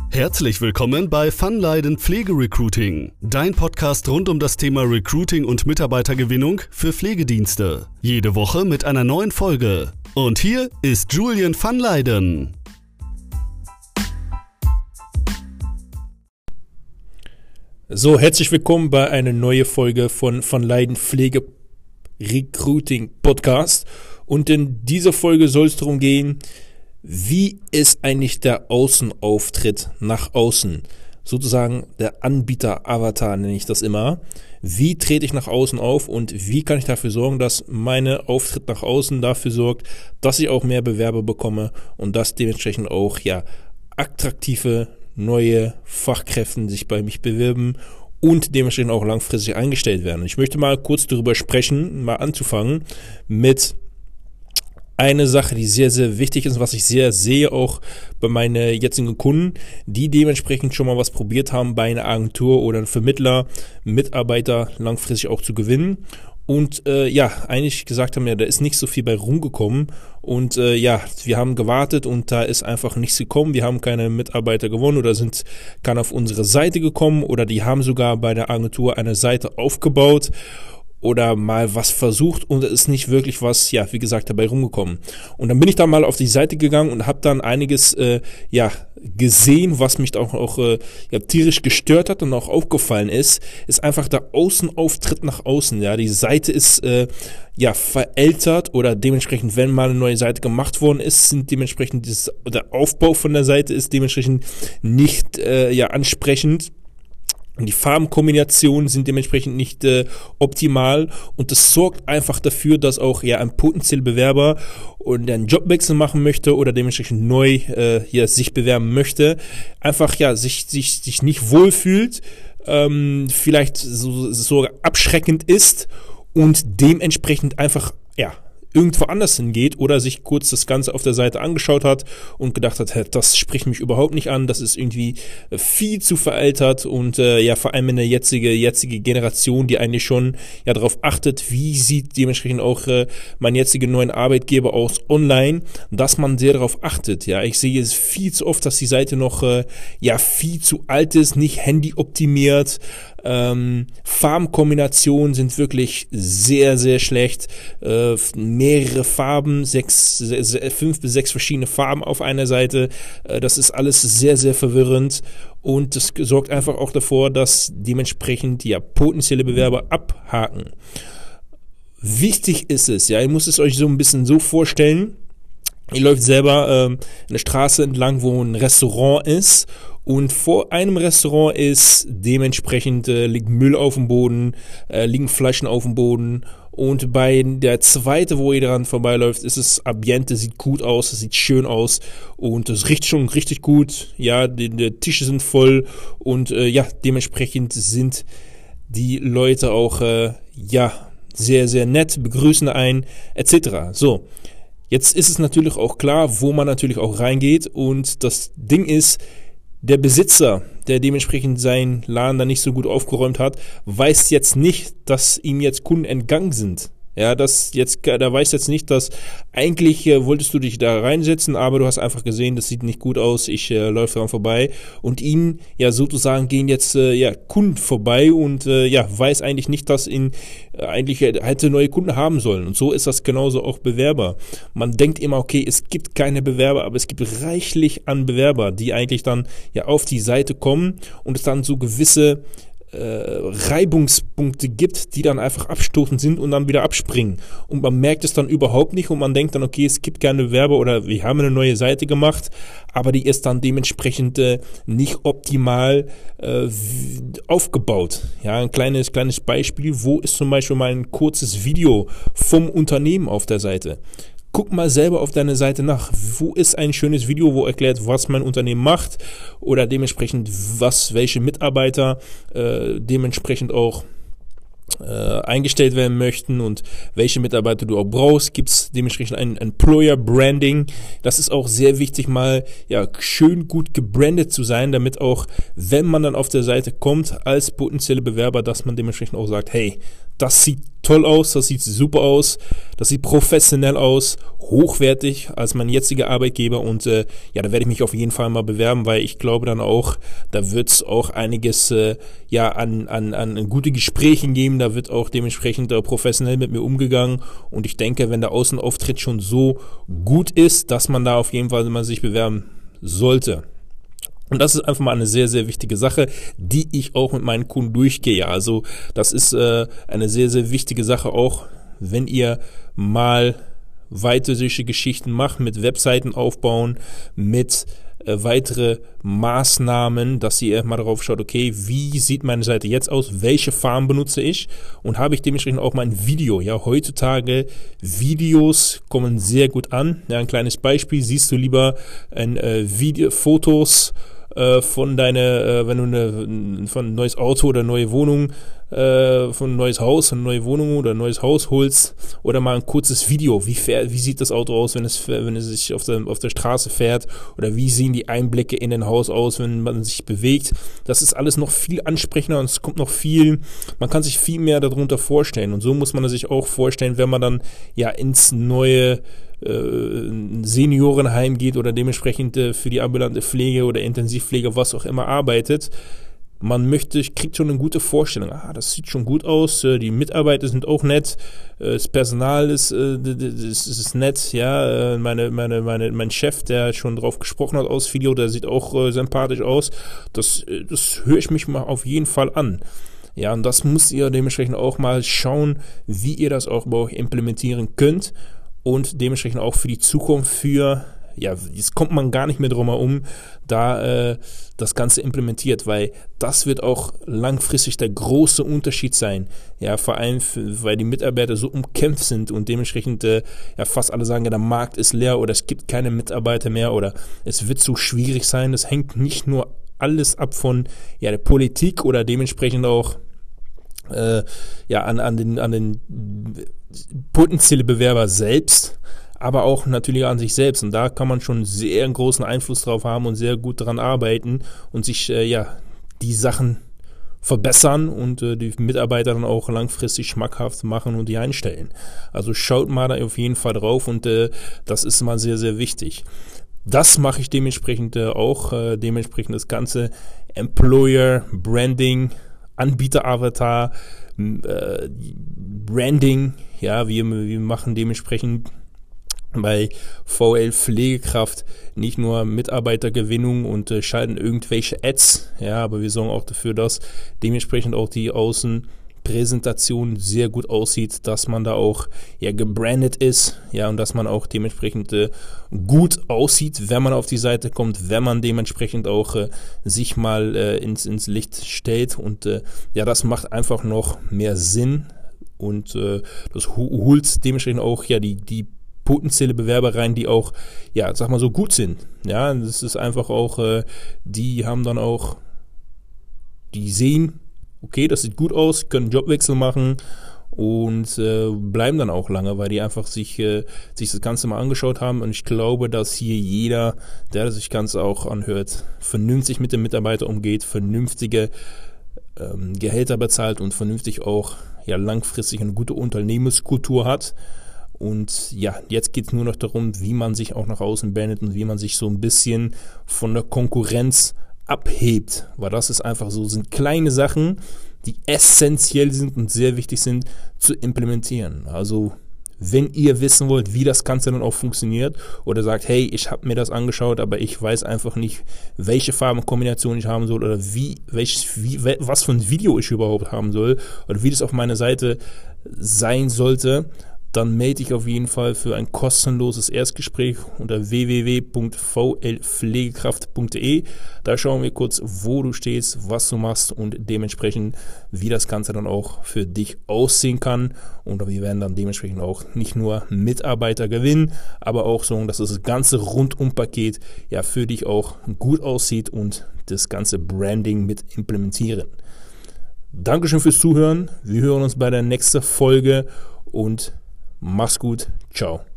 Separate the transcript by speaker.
Speaker 1: Herzlich willkommen bei Funleiden Pflegerecruiting, dein Podcast rund um das Thema Recruiting und Mitarbeitergewinnung für Pflegedienste. Jede Woche mit einer neuen Folge. Und hier ist Julian Funleiden.
Speaker 2: So, herzlich willkommen bei einer neuen Folge von Funleiden Pflege Recruiting Podcast. Und in dieser Folge soll es darum gehen, wie ist eigentlich der Außenauftritt nach außen? Sozusagen der Anbieter-Avatar nenne ich das immer. Wie trete ich nach außen auf und wie kann ich dafür sorgen, dass mein Auftritt nach außen dafür sorgt, dass ich auch mehr Bewerber bekomme und dass dementsprechend auch attraktive neue Fachkräfte sich bei mich bewerben und dementsprechend auch langfristig eingestellt werden. Ich möchte mal kurz darüber sprechen, mal anzufangen mit eine Sache, die sehr, sehr wichtig ist, was ich sehr sehe, auch bei meinen jetzigen Kunden, die dementsprechend schon mal was probiert haben, bei einer Agentur oder einem Vermittler, Mitarbeiter langfristig auch zu gewinnen. Und eigentlich gesagt haben, da ist nicht so viel bei rumgekommen. Und wir haben gewartet und da ist einfach nichts gekommen. Wir haben keine Mitarbeiter gewonnen oder sind keiner auf unsere Seite gekommen oder die haben sogar bei der Agentur eine Seite aufgebaut oder mal was versucht und es ist nicht wirklich was, wie gesagt, dabei rumgekommen. Und dann bin ich da mal auf die Seite gegangen und habe dann einiges gesehen, was mich auch tierisch gestört hat und auch aufgefallen ist einfach der Außenauftritt nach außen. Ja, die Seite ist verältert oder dementsprechend, wenn mal eine neue Seite gemacht worden ist, sind dementsprechend der Aufbau von der Seite ist dementsprechend nicht ansprechend. Die Farbenkombinationen sind dementsprechend nicht optimal und das sorgt einfach dafür, dass auch ein potenzieller Bewerber und einen Jobwechsel machen möchte oder dementsprechend neu sich bewerben möchte, einfach sich nicht wohlfühlt, vielleicht so abschreckend ist und dementsprechend einfach irgendwo anders hingeht oder sich kurz das Ganze auf der Seite angeschaut hat und gedacht hat, das spricht mich überhaupt nicht an, das ist irgendwie viel zu veraltert und vor allem in der jetzige Generation, die eigentlich schon darauf achtet, wie sieht dementsprechend auch mein jetziger neuen Arbeitgeber aus online, dass man sehr darauf achtet. Ja, ich sehe es viel zu oft, dass die Seite noch viel zu alt ist, nicht handyoptimiert. Farbenkombinationen sind wirklich sehr, sehr schlecht. Mehrere Farben, 5 bis 6 verschiedene Farben auf einer Seite. Das ist alles sehr, sehr verwirrend und das sorgt einfach auch davor, dass dementsprechend potenzielle Bewerber abhaken. Wichtig ist es, ihr müsst es euch so ein bisschen so vorstellen, ihr läuft selber eine Straße entlang, wo ein Restaurant ist. Und vor einem Restaurant ist dementsprechend liegt Müll auf dem Boden, liegen Flaschen auf dem Boden. Und bei der zweite, wo ihr dran vorbeiläuft, ist es Ambiente, sieht gut aus, es sieht schön aus und es riecht schon richtig gut. Ja, die Tische sind voll und dementsprechend sind die Leute auch sehr, sehr nett, begrüßen einen etc. So, jetzt ist es natürlich auch klar, wo man natürlich auch reingeht und das Ding ist, der Besitzer, der dementsprechend seinen Laden da nicht so gut aufgeräumt hat, weiß jetzt nicht, dass ihm jetzt Kunden entgangen sind. Ja, der weiß jetzt nicht, dass eigentlich wolltest du dich da reinsetzen, aber du hast einfach gesehen, das sieht nicht gut aus, ich läufe dran vorbei und ihn sozusagen gehen jetzt Kunden vorbei und weiß eigentlich nicht, dass ihn eigentlich hätte neue Kunden haben sollen und so ist das genauso auch Bewerber. Man denkt immer, okay, es gibt keine Bewerber, aber es gibt reichlich an Bewerber, die eigentlich dann auf die Seite kommen und es dann so gewisse Reibungspunkte gibt, die dann einfach abstoßend sind und dann wieder abspringen. Und man merkt es dann überhaupt nicht und man denkt dann, okay, es gibt keine Bewerber oder wir haben eine neue Seite gemacht, aber die ist dann dementsprechend nicht optimal aufgebaut. Ja, ein kleines Beispiel, wo ist zum Beispiel mal ein kurzes Video vom Unternehmen auf der Seite? Guck mal selber auf deine Seite nach. Wo ist ein schönes Video, wo erklärt, was mein Unternehmen macht oder dementsprechend welche Mitarbeiter dementsprechend auch eingestellt werden möchten und welche Mitarbeiter du auch brauchst. Gibt es dementsprechend ein Employer Branding. Das ist auch sehr wichtig, mal schön gut gebrandet zu sein, damit auch, wenn man dann auf der Seite kommt als potenzielle Bewerber, dass man dementsprechend auch sagt, hey, das sieht toll aus, das sieht super aus, das sieht professionell aus, hochwertig als mein jetziger Arbeitgeber und da werde ich mich auf jeden Fall mal bewerben, weil ich glaube dann auch, da wird es auch einiges an gute Gesprächen geben, da wird auch dementsprechend professionell mit mir umgegangen und ich denke, wenn der Außenauftritt schon so gut ist, dass man da auf jeden Fall mal sich bewerben sollte. Und das ist einfach mal eine sehr, sehr wichtige Sache, die ich auch mit meinen Kunden durchgehe. Also das ist eine sehr, sehr wichtige Sache auch, wenn ihr mal weitere solche Geschichten macht, mit Webseiten aufbauen, mit weitere Maßnahmen, dass ihr mal darauf schaut, okay, wie sieht meine Seite jetzt aus, welche Farben benutze ich und habe ich dementsprechend auch mein Video. Ja, heutzutage Videos kommen sehr gut an. Ja, ein kleines Beispiel, siehst du lieber Fotos von wenn du von ein neues Auto oder neue Wohnung, von ein neues Haus, eine neue Wohnung oder ein neues Haus holst oder mal ein kurzes Video. Wie sieht das Auto aus, wenn es sich auf der Straße fährt oder wie sehen die Einblicke in ein Haus aus, wenn man sich bewegt. Das ist alles noch viel ansprechender und es kommt noch man kann sich viel mehr darunter vorstellen und so muss man sich auch vorstellen, wenn man dann ins neue Seniorenheim geht oder dementsprechend für die ambulante Pflege oder Intensivpflege, was auch immer arbeitet. Kriegt schon eine gute Vorstellung. Das sieht schon gut aus, die Mitarbeiter sind auch nett, das Personal ist nett, ja, mein Chef, der schon drauf gesprochen hat aus Video, der sieht auch sympathisch aus. Das höre ich mich mal auf jeden Fall an. Ja, und das müsst ihr dementsprechend auch mal schauen, wie ihr das auch bei euch implementieren könnt. Und dementsprechend auch für die Zukunft jetzt kommt man gar nicht mehr drum herum, da das Ganze implementiert, weil das wird auch langfristig der große Unterschied sein. Ja, vor allem, weil die Mitarbeiter so umkämpft sind und dementsprechend fast alle sagen, der Markt ist leer oder es gibt keine Mitarbeiter mehr oder es wird so schwierig sein. Das hängt nicht nur alles ab von der Politik oder dementsprechend auch an den potenziellen Bewerber selbst, aber auch natürlich an sich selbst. Und da kann man schon sehr einen großen Einfluss drauf haben und sehr gut daran arbeiten und sich die Sachen verbessern und die Mitarbeiter dann auch langfristig schmackhaft machen und die einstellen. Also schaut mal da auf jeden Fall drauf und das ist mal sehr, sehr wichtig. Das mache ich dementsprechend auch, dementsprechend das ganze Employer Branding, Anbieter-Avatar, Branding, wir machen dementsprechend bei VL Pflegekraft nicht nur Mitarbeitergewinnung und schalten irgendwelche Ads, aber wir sorgen auch dafür, dass dementsprechend auch die Außenpräsentation sehr gut aussieht, dass man da auch gebrandet ist, und dass man auch dementsprechend gut aussieht, wenn man auf die Seite kommt, wenn man dementsprechend auch sich mal ins Licht stellt und das macht einfach noch mehr Sinn und das holt dementsprechend auch die potenzielle Bewerber rein, die auch, so gut sind. Ja, das ist einfach auch, die haben dann auch, die sehen, okay, das sieht gut aus, können Jobwechsel machen und bleiben dann auch lange, weil die einfach sich das Ganze mal angeschaut haben und ich glaube, dass hier jeder, der sich ganz auch anhört, vernünftig mit dem Mitarbeiter umgeht, vernünftige Gehälter bezahlt und vernünftig auch langfristig eine gute Unternehmenskultur hat. Und jetzt geht es nur noch darum, wie man sich auch nach außen brandet und wie man sich so ein bisschen von der Konkurrenz abhebt. Weil das ist einfach so, sind kleine Sachen, die essentiell sind und sehr wichtig sind zu implementieren. Also wenn ihr wissen wollt, wie das Ganze dann auch funktioniert oder sagt, hey, ich habe mir das angeschaut, aber ich weiß einfach nicht, welche Farbenkombination ich haben soll oder was für ein Video ich überhaupt haben soll oder wie das auf meiner Seite sein sollte, dann melde dich auf jeden Fall für ein kostenloses Erstgespräch unter www.vlpflegekraft.de. Da schauen wir kurz, wo du stehst, was du machst und dementsprechend, wie das Ganze dann auch für dich aussehen kann. Und wir werden dann dementsprechend auch nicht nur Mitarbeiter gewinnen, aber auch so, dass das ganze Rundumpaket für dich auch gut aussieht und das ganze Branding mit implementieren. Dankeschön fürs Zuhören. Wir hören uns bei der nächsten Folge und mach's gut. Ciao.